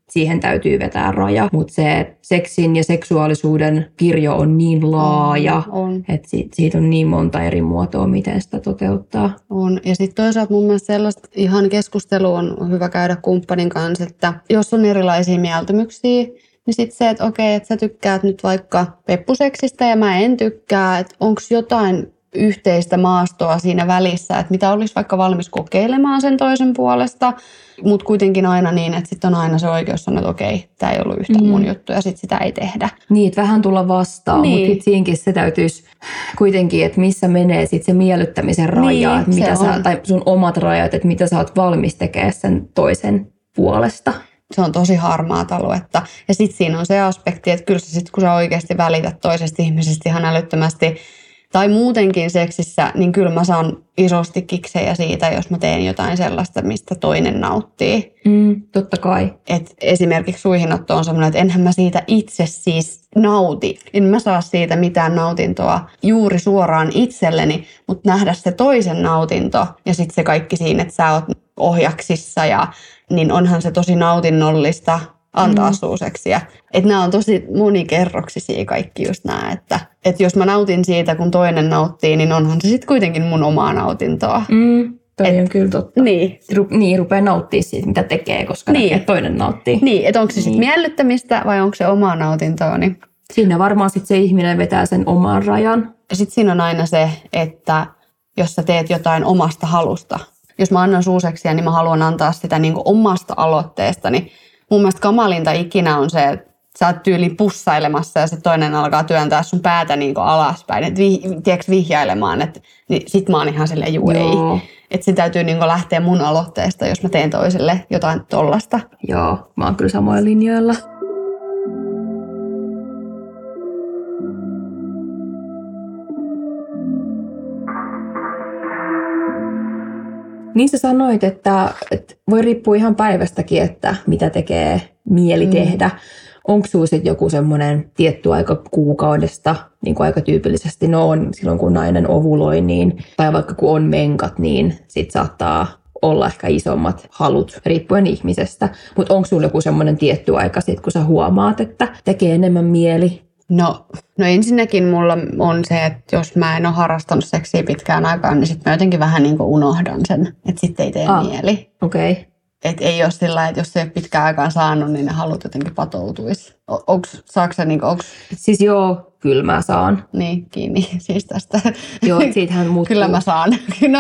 [SPEAKER 2] siihen täytyy vetää raja. Mutta se seksin ja seksuaalisuuden kirjo on niin laaja,
[SPEAKER 1] on.
[SPEAKER 2] että siitä, siitä on niin monta eri muotoa, miten sitä toteuttaa.
[SPEAKER 1] On. Ja sitten toisaalta mun mielestä sellaista ihan keskustelu on hyvä käydä kumppanin kanssa, että jos on erilaisia mieltymyksiä, niin sitten se, että okei, että sä tykkäät nyt vaikka peppuseksistä ja mä en tykkää, että onko jotain yhteistä maastoa siinä välissä, että mitä olisi vaikka valmis kokeilemaan sen toisen puolesta, mutta kuitenkin aina niin, että sitten on aina se oikeus sanoa, että okei, tämä ei ollut yhtään mm. mun juttu ja sitten sitä ei tehdä.
[SPEAKER 2] Niin, että vähän tulla vastaan, niin. Mutta sitten siinkin se täytyisi kuitenkin, että missä menee sitten se miellyttämisen raja, niin, että mitä sä, tai sun omat rajat, että mitä sä oot valmis tekemään sen toisen puolesta.
[SPEAKER 1] Se on tosi harmaata aluetta. Ja sitten siinä on se aspekti, että kyllä sit, kun sä oikeasti välität toisesta ihmisestä ihan älyttömästi, tai muutenkin seksissä, niin kyllä mä saan isosti kiksejä siitä, jos mä teen jotain sellaista, mistä toinen nauttii.
[SPEAKER 2] Mm, totta kai.
[SPEAKER 1] Et esimerkiksi suihinotto on semmoinen, että enhän mä siitä itse siis nauti. En mä saa siitä mitään nautintoa juuri suoraan itselleni, mutta nähdä se toisen nautinto ja sitten se kaikki siinä, että sä oot ohjaksissa, ja, niin onhan se tosi nautinnollista antaa mm. suuseksiä. Että nämä on tosi monikerroksisia kaikki just nämä, että, että jos mä nautin siitä, kun toinen nauttii, niin onhan se sitten kuitenkin mun omaa nautintoa.
[SPEAKER 2] Mm, toi Et, on kyllä totta.
[SPEAKER 1] Niin.
[SPEAKER 2] Ru, niin, rupeaa nauttimaan siitä, mitä tekee, koska
[SPEAKER 1] niin.
[SPEAKER 2] näkee, toinen nauttii.
[SPEAKER 1] Niin, että onko se sitten niin. miellyttämistä vai onko se omaa nautintoa, niin
[SPEAKER 2] siinä varmaan sitten se ihminen vetää sen oman rajan.
[SPEAKER 1] Ja sitten siinä on aina se, että jos sä teet jotain omasta halusta. Jos mä annan suuseksia, niin mä haluan antaa sitä niin kuin omasta aloitteestani. Mun mielestä kamalinta ikinä on se, että sä oot tyyliin pussailemassa ja sitten toinen alkaa työntää sun päätä niin kuin alaspäin. Että vih, tiedätkö vihjailemaan, että niin sit mä oon ihan silleen juu ei. Että se täytyy niin kuin lähteä mun aloitteesta, jos mä teen toiselle jotain tollasta.
[SPEAKER 2] Joo, mä oon kyllä samoilla linjoilla. Niin sä sanoit, että, että voi riippua ihan päivästäkin, että mitä tekee mieli tehdä. Mm. Onko sinulla sitten joku semmoinen tietty aika kuukaudesta, niin kuin aika tyypillisesti no on silloin, kun nainen ovuloi, niin, tai vaikka kun on menkat, niin sit saattaa olla ehkä isommat halut riippuen ihmisestä. Mutta onko sinulla joku semmoinen tietty aika, sit, kun sä huomaat, että tekee enemmän mieli?
[SPEAKER 1] No, no ensinnäkin mulla on se, että jos mä en ole harrastanut seksiä pitkään aikaan, niin sitten mä jotenkin vähän niin kuin unohdan sen, että sitten ei tee ah, mieli.
[SPEAKER 2] Okei. Okay.
[SPEAKER 1] Että ei ole sillä lailla, että jos se ei ole pitkään aikaan saanut, niin ne halut jotenkin patoutuisi. Onks, saako se niin kuin, onks...
[SPEAKER 2] Siis joo, kyllä mä saan.
[SPEAKER 1] Niin, kiinni siis tästä.
[SPEAKER 2] Joo, siitähän muuttuu.
[SPEAKER 1] Kyllä mä saan. No.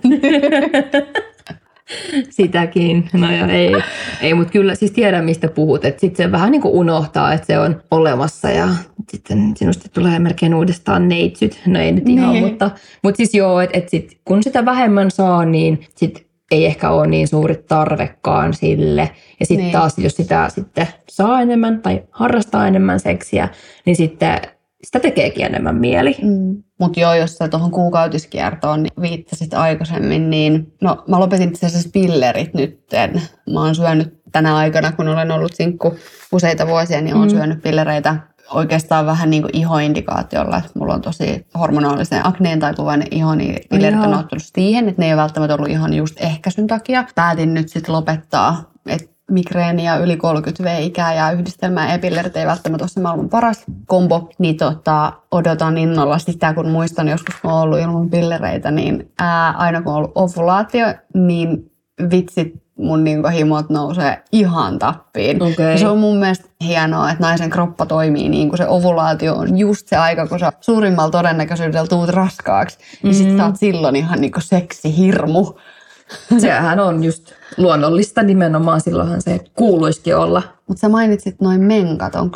[SPEAKER 2] Sitäkin. No joo, ei, ei mutta kyllä siis tiedän, mistä puhut. Että sitten se vähän niin kuin unohtaa, että se on olemassa ja sitten sinusta tulee melkein uudestaan neitsyt. No ei nyt ihan, niin. mutta, mutta siis joo, että et sit, kun sitä vähemmän saa, niin sit ei ehkä ole niin suuri tarvekaan sille. Ja sitten niin. taas, jos sitä sitten saa enemmän tai harrastaa enemmän seksiä, niin sitten sitä tekeekin enemmän mieli.
[SPEAKER 1] Mm. Mutta joo, jos sä tuohon kuukautiskiertoon niin viittasit aikaisemmin, niin no mä lopetin itse asiassa pillerit nytten. Mä oon syönyt tänä aikana, kun olen ollut sinkku useita vuosia, niin oon mm. syönyt pillereitä oikeastaan vähän niin kuin ihoindikaatiolla. Mulla on tosi hormonaalisen akneen taipuvainen iho, niin pillerit on ottanut siihen, että ne ei ole välttämättä ollut ihan just ehkäisyn takia. Päätin nyt sitten lopettaa, että migreeni ja yli kolmekymmentä vuotta-ikää ja yhdistelmä ja pillerit ei välttämättä ole se maailman paras kombo. Niin tota, odotan innolla sitä, kun muistan joskus, kun on ollut ilman pillereitä, niin ää, aina kun on ollut ovulaatio, niin vitsit mun niinku himot nousee ihan tappiin.
[SPEAKER 2] Okay.
[SPEAKER 1] Ja se on mun mielestä hienoa, että naisen kroppa toimii niin kuin se ovulaatio on just se aika, kun sä suurimmalla todennäköisyydellä tuut raskaaksi. Mm-hmm. Ja sit sä oot silloin ihan niinku seksihirmu.
[SPEAKER 2] Sehän on just luonnollista nimenomaan, silloinhan se kuuluisikin olla.
[SPEAKER 1] Mutta sä mainitsit noin menkat, onko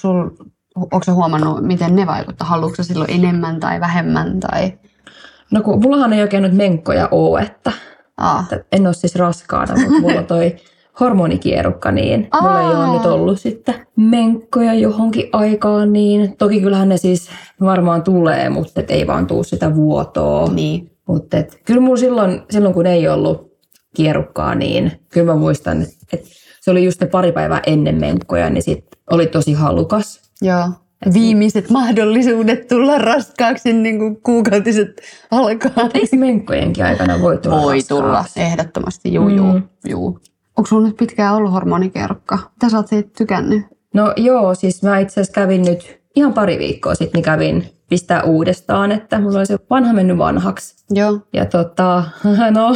[SPEAKER 1] sä huomannut, miten ne vaikuttaa? Haluatko sä silloin enemmän tai vähemmän? Tai?
[SPEAKER 2] No kun mullahan ei oikein nyt menkkoja ole, että, että en ole siis raskaana, mutta mulla on toi hormonikierukka, niin Aa. mulla ei ole nyt ollut sitten menkkoja johonkin aikaan. Niin. Toki kyllähän ne siis varmaan tulee, mutta et ei vaan tule sitä vuotoa.
[SPEAKER 1] Niin.
[SPEAKER 2] Mutta kyllä mulla silloin, silloin, kun ei ollut kierukkaa, niin kyllä mä muistan, että, että se oli just ne pari päivää ennen menkkoja, niin sit oli tosi halukas.
[SPEAKER 1] Joo. Viimeiset mahdollisuudet tulla raskaaksi, niin kuin kuukautiset alkaa.
[SPEAKER 2] Eikö menkkojenkin aikana voi tulla
[SPEAKER 1] Voi
[SPEAKER 2] raskaaksi?
[SPEAKER 1] tulla, ehdottomasti, juu, juu, mm. juu. Onko sulla nyt pitkään ollut hormonikierrokka? Mitä sä oot siitä tykännyt?
[SPEAKER 2] No joo, siis mä itse asiassa kävin nyt ihan pari viikkoa sitten, niin kävin pistää uudestaan, että mulla oli se vanha mennyt vanhaksi.
[SPEAKER 1] Joo.
[SPEAKER 2] Ja tota, no,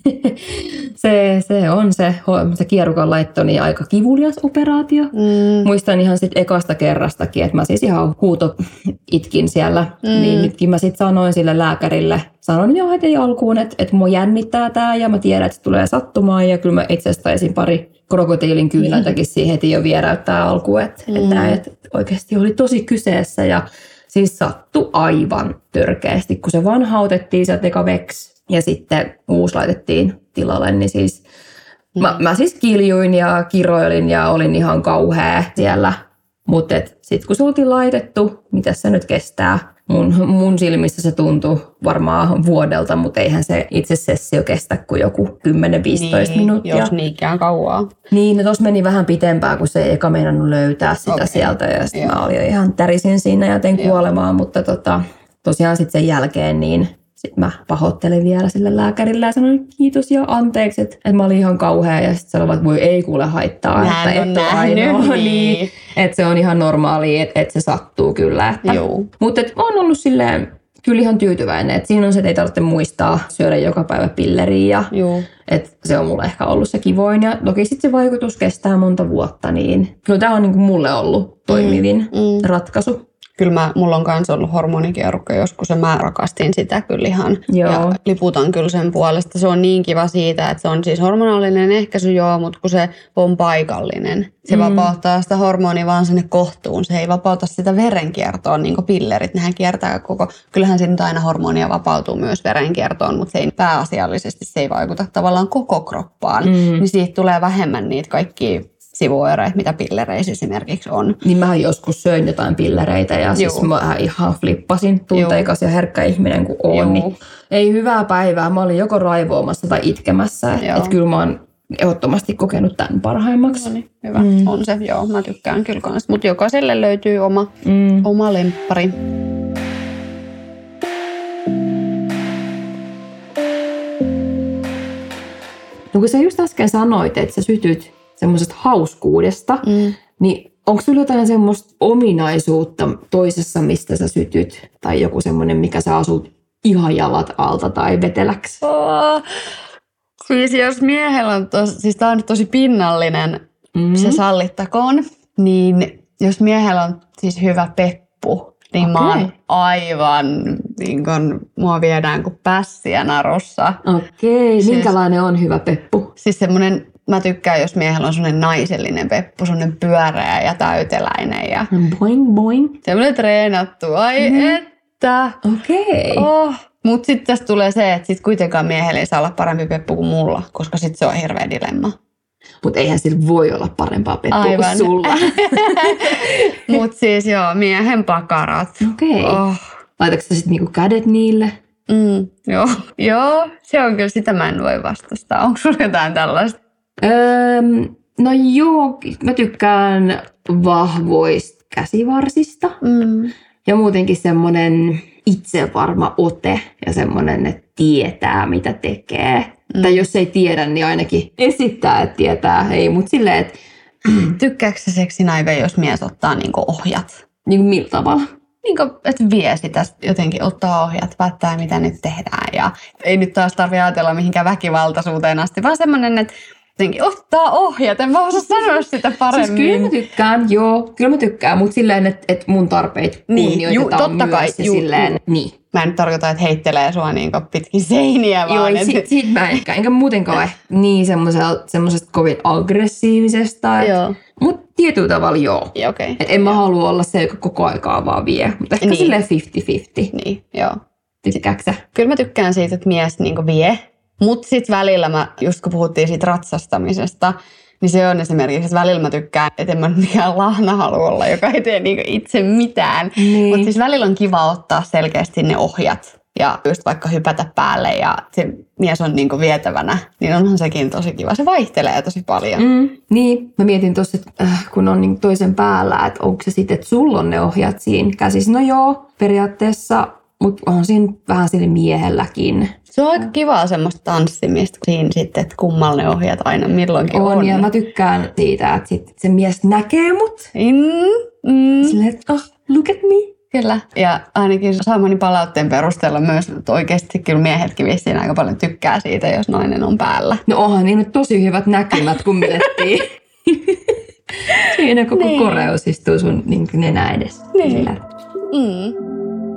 [SPEAKER 2] se, se on se, se kierukan laitto niin aika kivulias operaatio. Mm. Muistan ihan sit ekasta kerrastakin, että mä siis ihan huuto itkin siellä. Mm. Niin nytkin mä sit sanoin sille lääkärille, sanoin jo heti alkuun, että, että mua jännittää tää ja mä tiedän, että se tulee sattumaan. Ja kyllä mä itse asiassa taisin pari krokotiilin kyynältäkin siihen heti jo vieräyttää alkuun, että, mm. että, että oikeasti oli tosi kyseessä ja siis sattui aivan törkeästi, kun se vanha otettiin sieltä eka veksi ja sitten uusi laitettiin tilalle, niin siis mm. mä, mä siis kiljuin ja kiroilin ja olin ihan kauhea siellä. Mutta sitten kun se oltiin laitettu, mitä se nyt kestää? Mun, mun silmissä se tuntui varmaan vuodelta, mutta eihän se itse sessio kestä kuin joku kymmenen viisitoista
[SPEAKER 1] niin,
[SPEAKER 2] minuuttia.
[SPEAKER 1] Jos niinkään kauaa.
[SPEAKER 2] Niin, no tossa meni vähän pitempään, kun se ei eka meinannut löytää sitä okay. sieltä. Ja sitten mä olin ihan tärisin siinä ja tein kuolemaan, mutta tota, tosiaan sitten sen jälkeen niin sitten mä pahoittelin vielä sille lääkärille ja sanoin kiitos ja anteeksi, että, että mä olin ihan kauhea. Ja sitten sanoin, että voi ei kuule haittaa.
[SPEAKER 1] Mä
[SPEAKER 2] että
[SPEAKER 1] en ole nähnyt.
[SPEAKER 2] Niin. niin, että se on ihan normaalia, että, että se sattuu kyllä. Mutta mä oon ollut silleen kyllä ihan tyytyväinen. Että siinä on se, että ei tarvitse muistaa syödä joka päivä pilleriä. Ja että se on mulle ehkä ollut se kivoin. Ja toki sitten se vaikutus kestää monta vuotta. Niin kyllä tämä on niin kuin mulle ollut toimivin mm, mm. ratkaisu.
[SPEAKER 1] Kyllä mä, mulla on kanssa ollut hormonikierrokka joskus ja mä rakastin sitä kyllä ihan. Joo. Ja liputan kyllä sen puolesta. Se on niin kiva siitä, että se on siis hormonaalinen ehkäisy joo, mutta kun se on paikallinen. Se mm. vapauttaa sitä hormonia vaan sinne kohtuun. Se ei vapauta sitä verenkiertoa niin kuin pillerit. Nehän kiertää koko, kyllähän siitä nyt aina hormonia vapautuu myös verenkiertoon, mutta se ei pääasiallisesti se ei vaikuta tavallaan koko kroppaan. Mm. Niin siitä tulee vähemmän niitä kaikkia sivuoireet, mitä pillereissä esimerkiksi on.
[SPEAKER 2] Niin mähän joskus söin jotain pillereitä ja siis Juu. mä ihan flippasin, tunteikas Juu. ja herkkä ihminen kuin oon. Niin ei hyvää päivää, mä olin joko raivoamassa tai itkemässä. Että kyllä mä oon ehdottomasti kokenut tämän parhaimmaksi.
[SPEAKER 1] No niin, hyvä. Mm. On se, joo, mä tykkään kyllä kanssa. Mutta jokaiselle löytyy oma, mm. oma lemppari.
[SPEAKER 2] No kun sä just äsken sanoit, että sä sytyt semmoisesta hauskuudesta, mm. niin onko sulla jotain semmoista ominaisuutta toisessa, mistä sä sytyt? Tai joku semmoinen, mikä sä asut ihan jalat alta tai veteläksi?
[SPEAKER 1] Oh. Siis jos miehellä on, tos, siis tää on nyt tosi pinnallinen, mm. se sallittakoon, niin jos miehellä on siis hyvä peppu, niin okay. mä oon aivan, niin kun mua viedään kuin pässiä narussa.
[SPEAKER 2] Okei, okay. Minkälainen siis, on hyvä peppu?
[SPEAKER 1] Siis semmoinen, mä tykkään, jos miehellä on semmoinen naisellinen peppu, semmoinen pyöreä ja täyteläinen. Ja
[SPEAKER 2] boing, boing.
[SPEAKER 1] Semmoinen treenattu, ai mm. että.
[SPEAKER 2] Okei. Okay.
[SPEAKER 1] Oh. Mutta sitten tästä tulee se, että sit kuitenkaan miehellä ei saa olla parempi peppu kuin mulla, koska sitten se on hirveä dilemma.
[SPEAKER 2] Mutta eihän sillä voi olla parempaa peppua Aivan. kuin sulla.
[SPEAKER 1] Mutta siis joo, miehen pakarat.
[SPEAKER 2] Okei. Okay. Oh. Laitatko sä sitten niinku kädet niille?
[SPEAKER 1] Mm, joo. joo, se on kyllä, sitä mä en voi vastustaa. Onko sulla jotain tällaista?
[SPEAKER 2] Öö, no joo, mä tykkään vahvoista käsivarsista. Mm. Ja muutenkin semmoinen itsevarma ote ja semmoinen, että tietää mitä tekee. Mm. Tai jos ei tiedä, niin ainakin esittää, että tietää. Ei, mutta silleen, että
[SPEAKER 1] tykkääkö sä seksinaive, jos mies ottaa niinku ohjat?
[SPEAKER 2] Niin kuin millä tavalla?
[SPEAKER 1] Niin kuin, että vie sitä jotenkin, ottaa ohjat, päättää mitä nyt tehdään. Ja ei nyt taas tarvitse ajatella mihinkään väkivaltaisuuteen asti, vaan semmoinen, että jotenkin ottaa ohjat. En mä osaa sanoa sitä paremmin.
[SPEAKER 2] Siis kyllä mä tykkään, joo. Kyllä mä tykkään, mutta silleen, että, että mun tarpeit kunnioitetaan niin, ju, totta myös. Kai, ju, silleen,
[SPEAKER 1] ju.
[SPEAKER 2] Niin.
[SPEAKER 1] Mä en nyt tarkoita, että heittelee sua niin pitkin seiniä, vaan...
[SPEAKER 2] Joo, sit, sit mä ehkä, enkä muutenkaan niin semmoisesta kovin aggressiivisesta. Joo. Mutta tietyllä tavalla joo.
[SPEAKER 1] Ja, okay.
[SPEAKER 2] Et en mä halua olla se, joka koko aikaa vaan vie. Mutta ehkä niin. silleen viisikymmentä viisikymmentä.
[SPEAKER 1] Niin, joo.
[SPEAKER 2] Tykkääksä sä?
[SPEAKER 1] Kyllä mä tykkään siitä, että mies niinku vie. Mutta sitten välillä mä, just kun puhuttiin siitä ratsastamisesta, niin se on esimerkiksi, että välillä mä tykkään, että en mä mikään lahna halua olla, joka ei tee niinku itse mitään. Niin. Mutta siis välillä on kiva ottaa selkeästi ne ohjat ja just vaikka hypätä päälle ja se mies on niinku vietävänä, niin onhan sekin tosi kiva. Se vaihtelee tosi paljon.
[SPEAKER 2] Mm, niin, mä mietin tuossa, että äh, kun on niinku toisen päällä, että onko se sitten, että sulla on ne ohjat siinä käsissä. No joo, periaatteessa mutta on siinä vähän sille miehelläkin.
[SPEAKER 1] Se on aika kivaa semmoista tanssimista siinä sitten, että kummalla ne ohjat aina milloinkin on.
[SPEAKER 2] On, ja mä tykkään siitä, että sit se mies näkee mut.
[SPEAKER 1] Mm, mm.
[SPEAKER 2] Silleen, että oh, look at me.
[SPEAKER 1] Kyllä. Ja ainakin saamani palautteen perusteella myös, että oikeasti kyllä miehetkin vissiin aika paljon tykkää siitä, jos nainen on päällä.
[SPEAKER 2] No onhan niin nyt tosi hyvät näkymät, kun miettii. Siinä koko niin. koreus istuu sun niin nenä edessä.
[SPEAKER 1] Niin. Mm.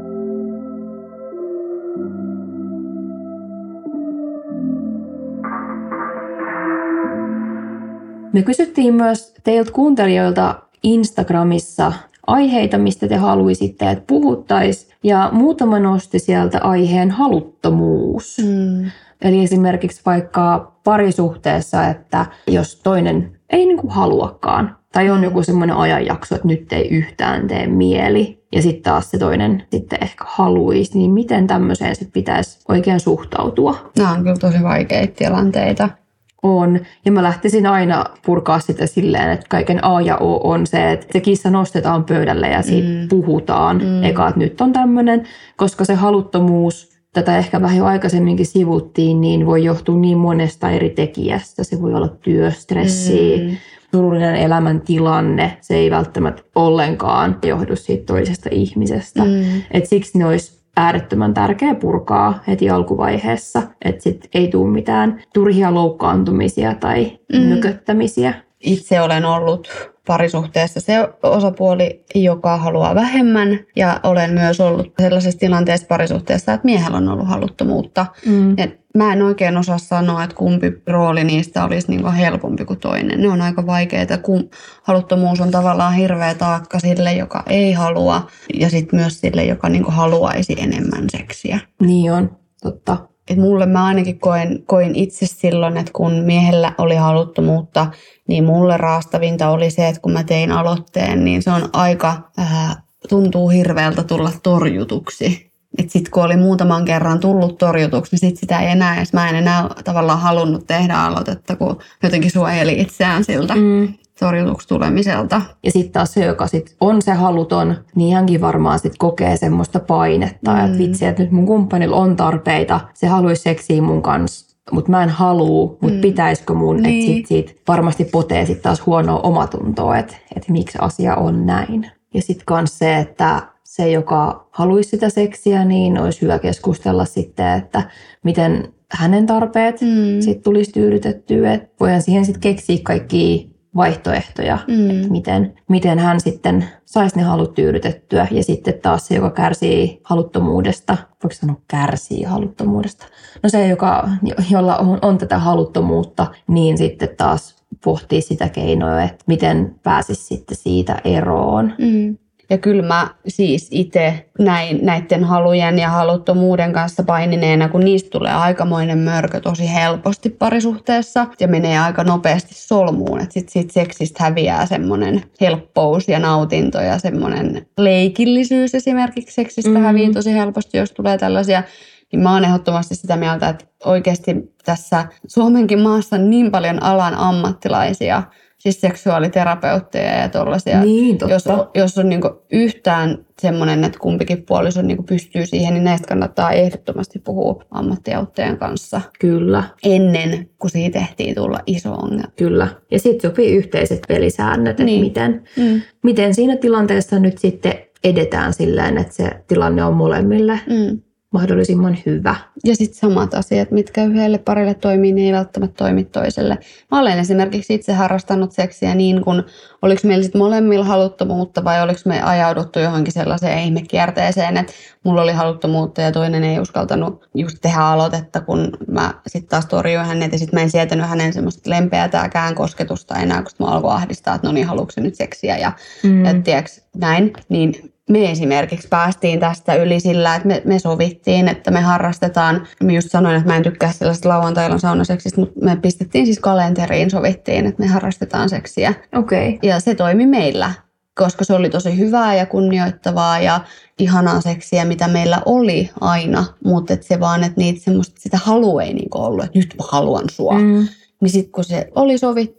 [SPEAKER 2] Me kysyttiin myös teiltä kuuntelijoilta Instagramissa aiheita, mistä te haluaisitte, että puhuttaisiin. Ja muutama nosti sieltä aiheen haluttomuus. Mm. Eli esimerkiksi vaikka parisuhteessa, että jos toinen ei niin kuin haluakaan, tai on joku semmoinen ajanjakso, että nyt ei yhtään tee mieli, ja sitten taas se toinen sitten ehkä haluaisi, niin miten tämmöiseen sitten pitäisi oikein suhtautua?
[SPEAKER 1] Nämä on kyllä tosi vaikeita tilanteita.
[SPEAKER 2] On. Ja mä lähtisin aina purkaa sitä silleen, että kaiken A ja O on se, että se kissa nostetaan pöydälle ja siitä mm. puhutaan. Mm. Eka, että nyt on tämmöinen, koska se haluttomuus, tätä ehkä vähän jo aikaisemminkin sivuttiin, niin voi johtua niin monesta eri tekijästä. Se voi olla työstressi, mm. surullinen elämäntilanne. Se ei välttämättä ollenkaan johdu siitä toisesta ihmisestä. Mm. Et siksi ne olisi äärettömän tärkeä purkaa heti alkuvaiheessa, että sit ei tule mitään turhia loukkaantumisia tai mm. nyköttämisiä.
[SPEAKER 1] Itse olen ollut parisuhteessa se osapuoli, joka haluaa vähemmän, ja olen myös ollut sellaisessa tilanteessa parisuhteessa, että miehellä on ollut haluttomuutta. Mm. Et mä en oikein osaa sanoa, että kumpi rooli niistä olisi niinku helpompi kuin toinen. Ne on aika vaikeita, kun haluttomuus on tavallaan hirveä taakka sille, joka ei halua, ja sitten myös sille, joka niinku haluaisi enemmän seksiä.
[SPEAKER 2] Niin on, totta.
[SPEAKER 1] Et mulle mä ainakin koin, koin itse silloin, että kun miehellä oli haluttomuutta, niin mulle raastavinta oli se, että kun mä tein aloitteen, niin se on aika, äh, tuntuu hirveältä tulla torjutuksi. Että sit kun oli muutaman kerran tullut torjutuksi, niin sit sitä ei enää edes, mä en enää tavallaan halunnut tehdä aloitetta, kun jotenkin suojeli itseään siltä. Mm. torjutuksi tulemiselta.
[SPEAKER 2] Ja sitten taas se, joka sit on se haluton, niin hänkin varmaan sit kokee semmoista painetta, mm. että vitsi, että nyt mun kumppanilla on tarpeita, se haluaisi seksiä mun kanssa, mutta mä en halua, mutta mm. pitäisikö mun, niin. että sit siitä varmasti potee sit taas huonoa omatuntoa, että, että miksi asia on näin. Ja sitten kans se, että se, joka haluaisi sitä seksiä, niin olisi hyvä keskustella sitten, että miten hänen tarpeet mm. sit tulisi tyydytettyä. Et voidaan siihen sitten keksiä kaikkia vaihtoehtoja, mm. että miten, miten hän sitten saisi ne halut tyydytettyä. Ja sitten taas se, joka kärsii haluttomuudesta, voiko sanoa kärsii haluttomuudesta? No se, joka, jolla on, on tätä haluttomuutta, niin sitten taas pohtii sitä keinoa, että miten pääsisi sitten siitä eroon.
[SPEAKER 1] Mm. Ja kyllä mä siis itse näin näiden halujen ja haluttomuuden kanssa painineena, kun niistä tulee aikamoinen mörkö tosi helposti parisuhteessa ja menee aika nopeasti solmuun. Että sit siitä seksistä häviää semmoinen helppous ja nautinto ja semmoinen leikillisyys esimerkiksi seksistä mm-hmm. häviää tosi helposti, jos tulee tällaisia. Niin mä oon ehdottomasti sitä mieltä, että oikeasti tässä Suomenkin maassa on niin paljon alan ammattilaisia, siis seksuaaliterapeutteja ja tollaisia.
[SPEAKER 2] Niin,
[SPEAKER 1] jos, jos on niinku yhtään semmoinen, että kumpikin puoliso niinku pystyy siihen, niin näistä kannattaa ehdottomasti puhua ammattiauttajien kanssa.
[SPEAKER 2] Kyllä.
[SPEAKER 1] Ennen kuin siitä tehtiin tulla iso ongelma.
[SPEAKER 2] Kyllä. Ja sitten sopii yhteiset pelisäännöt, että niin. miten, mm. miten siinä tilanteessa nyt sitten edetään silleen, että se tilanne on molemmille mm. mahdollisimman hyvä.
[SPEAKER 1] Ja sitten samat asiat, mitkä yhdelle parille toimii, niin ei välttämättä toimi toiselle. Mä olen esimerkiksi itse harrastanut seksiä niin, kun oliko meillä sitten molemmilla haluttomuutta vai oliko me ajauduttu johonkin sellaiseen ihmekierteeseen, että mulla oli haluttomuutta ja toinen ei uskaltanut just tehdä aloitetta, kun mä sitten taas torjuin hänet ja sitten mä en sietänyt hänen semmoista lempeätääkään kosketusta enää, kun mä alkoi ahdistaa, että no niin, haluatko nyt seksiä ja mm. et, tiiäks, näin, niin me esimerkiksi päästiin tästä yli sillä, että me, me sovittiin, että me harrastetaan. Mä just sanoin, että mä en tykkää sellaista lauantailon saunaseksistä, mutta me pistettiin siis kalenteriin, sovittiin, että me harrastetaan seksiä.
[SPEAKER 2] Okei. Okay.
[SPEAKER 1] Ja se toimi meillä, koska se oli tosi hyvää ja kunnioittavaa ja ihanaa seksiä, mitä meillä oli aina. Mutta se vaan, että niitä semmoista, sitä halua ei niinku ollut, että nyt mä haluan sua. Mm. Niin sitten kun se oli sovittu,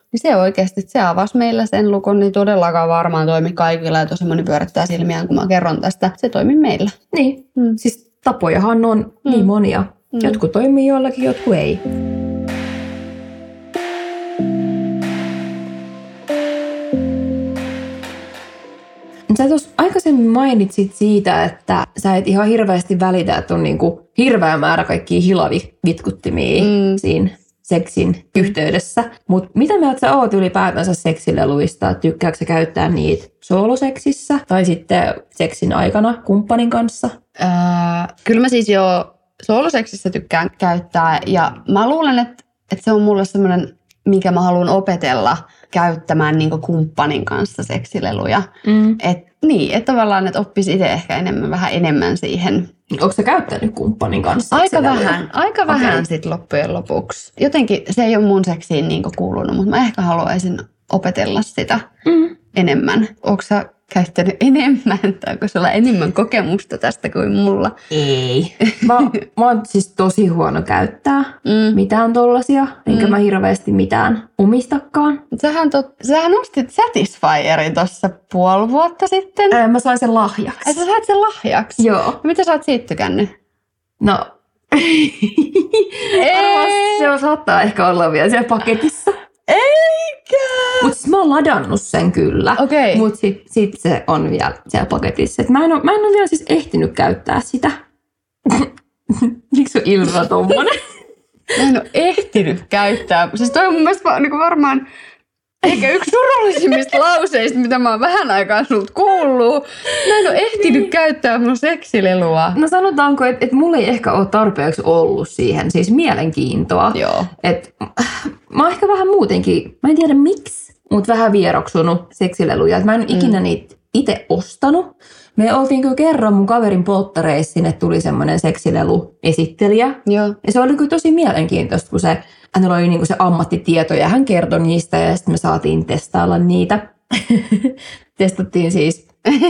[SPEAKER 1] Niin se oikeasti, se avasi meillä sen lukon, niin todellakaan varmaan toimi kaikilla. Ja tosi moni pyörittää silmiään, kun mä kerron tästä. Se toimi meillä.
[SPEAKER 2] Niin, mm. siis tapojahan on mm. niin monia. Mm. Jotkut toimii jollakin, jotkut ei. Sä tuossa aikaisemmin mainitsit siitä, että sä et ihan hirveästi välitä, että on niinku hirveä määrä kaikkia hilavitkuttimia mm. siinä seksin yhteydessä. Mutta mitä mieltä sä oot ylipäätänsä seksileluista? Tykkääkö sä käyttää niitä sooloseksissä tai sitten seksin aikana kumppanin kanssa?
[SPEAKER 1] Öö, kyllä mä siis jo sooloseksissä tykkään käyttää ja mä luulen, että, että se on mulle semmoinen, mikä mä haluan opetella käyttämään niin kuin kumppanin kanssa seksileluja. Mm. Et, niin, että tavallaan että oppisi itse ehkä enemmän, vähän enemmän siihen.
[SPEAKER 2] Onko sä käyttänyt kumppanin kanssa
[SPEAKER 1] aika
[SPEAKER 2] seksileluja?
[SPEAKER 1] Vähän, aika okay. vähän sitten loppujen lopuksi. Jotenkin se ei ole mun seksiin niin kuin kuulunut, mutta mä ehkä haluaisin opetella sitä mm. enemmän. Onko sä käyttänyt enemmän tai onko sulla enemmän kokemusta tästä kuin mulla?
[SPEAKER 2] Ei. Mä, mä oon siis tosi huono käyttää mm. mitään tollasia, enkä mm. mä hirveästi mitään omistakaan.
[SPEAKER 1] Sähän, tot, sähän ostit Satisfyerin tuossa puoli vuotta sitten.
[SPEAKER 2] Ää, mä sain sen lahjaksi.
[SPEAKER 1] Ai sä sait sen lahjaksi?
[SPEAKER 2] Joo.
[SPEAKER 1] Mitä sä oot siitä tykännyt?
[SPEAKER 2] No, se on saattaa ehkä olla vielä siellä paketissa.
[SPEAKER 1] Eikä!
[SPEAKER 2] Mutta siis mä oon ladannut sen kyllä,
[SPEAKER 1] okay.
[SPEAKER 2] mutta sitten sit se on vielä siellä paketissa. Et mä en ole vielä siis ehtinyt käyttää sitä. Miksi on Ilva tommonen?
[SPEAKER 1] Mä en ole ehtinyt käyttää. Siis toi on mun mielestä niin varmaan ehkä yksi surullisimmista lauseista, mitä mä oon vähän aikaa sulta kuullut. Mä en ole ehtinyt käyttää mun seksilelua.
[SPEAKER 2] No sanotaanko, että et mulla ei ehkä ole tarpeeksi ollut siihen siis mielenkiintoa.
[SPEAKER 1] Joo.
[SPEAKER 2] Et, mä oon ehkä vähän muutenkin, mä en tiedä miksi, mutta vähän vieroksunut seksileluja. Et mä en mm. ikinä niitä itse ostanut. Me oltiin kyllä kerran mun kaverin polttareissa, sinne tuli semmoinen seksileluesittelijä.
[SPEAKER 1] Joo.
[SPEAKER 2] Ja se oli kyllä tosi mielenkiintoista, kun se, hänellä oli niinku se ammattitieto ja hän kertoi niistä ja sitten me saatiin testailla niitä. Testattiin siis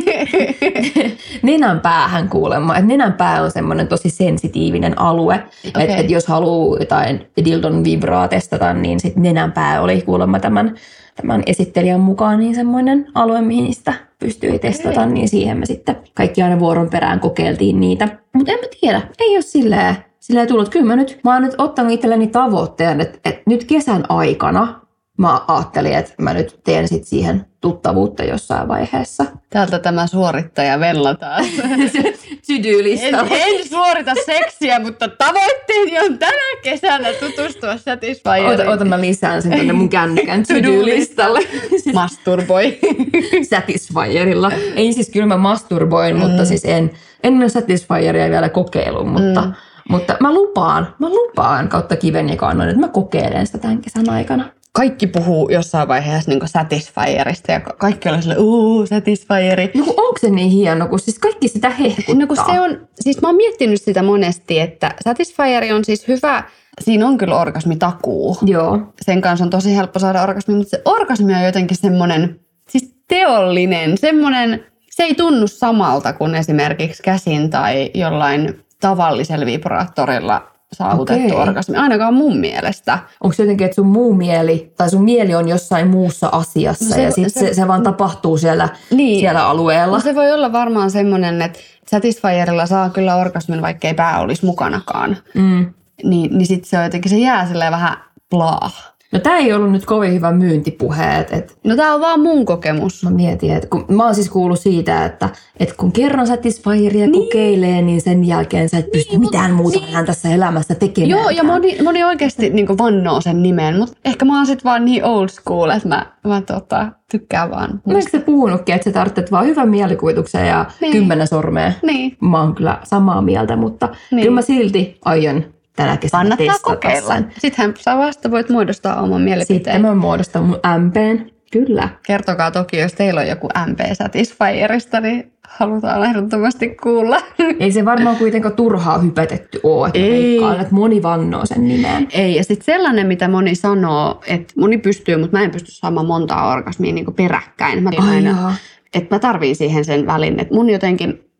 [SPEAKER 2] nenän päähän kuulemma. Et nenän pää on semmoinen tosi sensitiivinen alue. Okay. Että et jos haluaa jotain dildon vibraa testata, niin sitten nenän pää oli kuulemma tämän, tämän esittelijän mukaan niin semmoinen alue, mihin sitä pystyi testata. Okay. Niin siihen me sitten kaikki aina vuoron perään kokeiltiin niitä. Mutta en mä tiedä, ei ole silleen, silleen tullut. Kyllä mä nyt, mä oon nyt ottanut itselleni tavoitteen, että, että nyt kesän aikana mä ajattelin, että mä nyt teen sit siihen tuttavuutta jossain vaiheessa.
[SPEAKER 1] Täältä tämä suorittaja Vella taas.
[SPEAKER 2] To-do-listalla.
[SPEAKER 1] En, en suorita seksiä, mutta tavoitteeni on tänä kesänä tutustua Satisfyeriin.
[SPEAKER 2] Ota, ota mä lisään sen tuonne mun kännykän to-do-listalle.
[SPEAKER 1] Masturboi.
[SPEAKER 2] Satisfyerilla. Ei siis kyllä mä masturboin, mm. mutta siis en, en ole Satisfyeria vielä kokeillut, mutta, mm. mutta mä lupaan, mä lupaan kautta kiven ja kannon, että mä kokeilen sitä tämän kesän aikana. Kaikki
[SPEAKER 1] puhuu jossain vaiheessa niin Satisfyerista ja kaikki on sellainen, uuu, Satisfyeri.
[SPEAKER 2] No onko se niin hieno, kun siis kaikki sitä hehkuttaa?
[SPEAKER 1] No kun se on, siis mä oon miettinyt sitä monesti, että Satisfyeri on siis hyvä, siinä on kyllä orgasmitakuu.
[SPEAKER 2] Joo.
[SPEAKER 1] Sen kanssa on tosi helppo saada orgasmi, mutta se orgasmi on jotenkin semmoinen, siis teollinen, semmoinen, se ei tunnu samalta kuin esimerkiksi käsin tai jollain tavallisella vibraattorilla saavutettu okay. orgasmi, ainakaan mun mielestä.
[SPEAKER 2] Onko se jotenkin, että sun muu mieli, tai sun mieli on jossain muussa asiassa no se, ja sitten se, se, se vaan tapahtuu siellä, niin. siellä alueella?
[SPEAKER 1] No se voi olla varmaan semmoinen, että Satisfyerilla saa kyllä orgasmin, vaikka ei pää olisi mukanakaan. Mm. Niin, niin sitten se on jotenkin, se jää silleen vähän plaa.
[SPEAKER 2] No tää ei ollut nyt kovin hyvä myyntipuhe. Et, et,
[SPEAKER 1] no tää on vaan mun kokemus.
[SPEAKER 2] Mä mietin, että kun, mä oon siis kuullut siitä, että et kun kerran Satisfyeria niin. kokeilee, niin sen jälkeen sä et pysty niin, mitään muuta niin. enää tässä elämässä tekemään.
[SPEAKER 1] Joo, ja moni, moni oikeasti niin vannoo sen nimen, mutta ehkä mä oon sit vaan niin old school, että mä, mä tota, tykkään vaan.
[SPEAKER 2] No eikö sä puhunutkin, että sä tarvitset vaan hyvän mielikuvituksen ja niin. kymmenen sormea?
[SPEAKER 1] Niin.
[SPEAKER 2] Mä oon kyllä samaa mieltä, mutta niin. kyllä mä silti aion tänä kesänä testata sen.
[SPEAKER 1] Sittenhän sä vasta voit muodostaa oman mielipiteen.
[SPEAKER 2] Sitten mä muodostan mun M P:n. Kyllä.
[SPEAKER 1] Kertokaa toki, jos teillä on joku M P Satisfyerista, niin halutaan ehdottomasti kuulla.
[SPEAKER 2] Ei se varmaan kuitenkaan turhaa hypätetty ole, että veikkaan, että moni vannoo sen nimeen.
[SPEAKER 1] Ei, ja sitten sellainen, mitä moni sanoo, että moni pystyy, mutta mä en pysty saamaan montaa orgasmia niin peräkkäin. Mä aina, että mä tarviin siihen sen välin, että mun jotenkin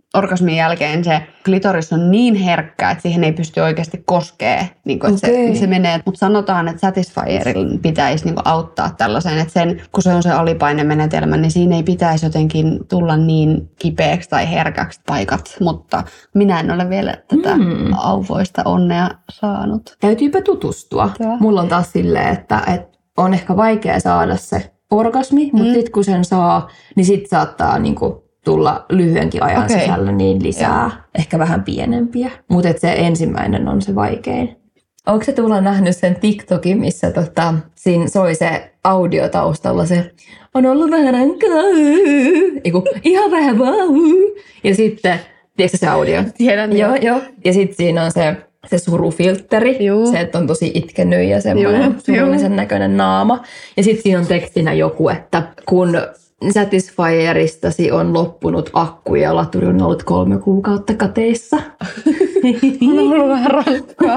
[SPEAKER 1] orgasmin jälkeen se klitoris on niin herkkä, että siihen ei pysty oikeasti koskemaan. Niin kuin, että okay. se, se menee. Mutta sanotaan, että Satisfyerin pitäisi niin kuin auttaa tällaiseen, että sen, kun se on se alipainemenetelmä, niin siinä ei pitäisi jotenkin tulla niin kipeäksi tai herkäksi paikat. Mutta minä en ole vielä tätä mm. auvoista onnea saanut.
[SPEAKER 2] Täytyypä tutustua. Joo. Mulla on taas silleen, että, että on ehkä vaikea saada se orgasmi, mutta mm. sitten kun sen saa, niin sitten saattaa niinku tulla lyhyenkin ajan okay. sisällä niin lisää, ja. ehkä vähän pienempiä. Mutta se ensimmäinen on se vaikein. Onko se tulla nähnyt sen TikTokin, missä tota, siinä soi se audio taustalla se on ollut vähän rankkaa, Eiku, ihan vähän vaan. Ja sitten, tiedätkö se audio?
[SPEAKER 1] Tiedän.
[SPEAKER 2] Joo, joo. Ja sitten siinä on se se surufiltteri, Juu. se, että on tosi itkenyt ja semmoinen surullisen näköinen naama. Ja sitten siinä on tekstinä joku, että kun Satisfyeristasi on loppunut akku ja laturi on ollut kolme kuukautta kateissa.
[SPEAKER 1] On ollut vähän rankkaa.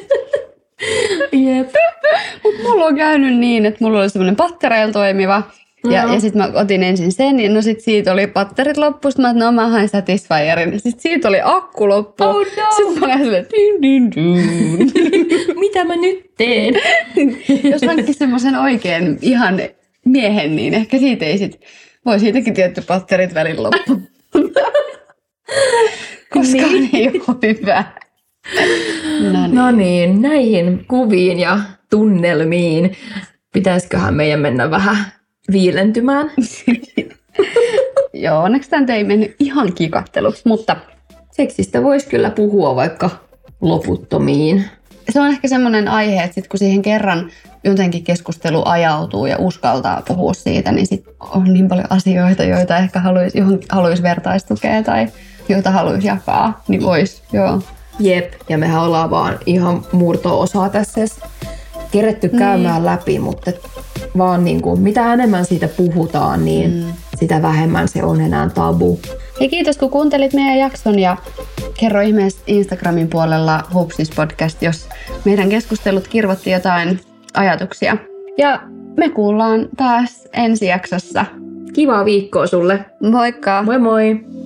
[SPEAKER 2] Jep.
[SPEAKER 1] Mutta mulla on käynyt niin, että mulla oli semmoinen pattereilla toimiva. Ja, no. ja sitten mä otin ensin sen, ja no sit siitä oli patterit loppu. Sitten mä että no mä hain Satisfyerin. Sitten siitä oli akku loppu.
[SPEAKER 2] Oh no.
[SPEAKER 1] Sitten mä olin silleen, dun, dun, dun.
[SPEAKER 2] Mitä mä nyt teen?
[SPEAKER 1] Jos hankkisi semmoisen oikein ihan miehen, niin ehkä siitä ei sit, voi siitäkin tietty patterit välin loppu. Koska niin. ei ole hyvä.
[SPEAKER 2] No niin. no niin, näihin kuviin ja tunnelmiin. Pitäisiköhän meidän mennä vähän viilentymään?
[SPEAKER 1] Joo, onneksi tämä ei mennyt ihan kikatteluksi, mutta
[SPEAKER 2] seksistä voisi kyllä puhua vaikka loputtomiin.
[SPEAKER 1] Se on ehkä semmoinen aihe, että sit kun siihen kerran jotenkin keskustelu ajautuu ja uskaltaa puhua siitä, niin sit on niin paljon asioita, joita ehkä haluaisi, johon haluaisi vertaistukea tai joita haluaisi jakaa, niin voisi, joo.
[SPEAKER 2] Jep, ja mehän ollaan vaan ihan murto-osaa tässä keretty käymään niin. läpi, mutta vaan niin kuin, mitä enemmän siitä puhutaan, niin mm. sitä vähemmän se on enää tabu.
[SPEAKER 1] Hei, kiitos kun kuuntelit meidän jakson ja kerro ihmeessä Instagramin puolella Hupsis Podcast, jos meidän keskustelut kirvoitti jotain ajatuksia. Ja me kuullaan taas ensi jaksossa.
[SPEAKER 2] Kivaa viikkoa sulle.
[SPEAKER 1] Moikka!
[SPEAKER 2] Moi moi!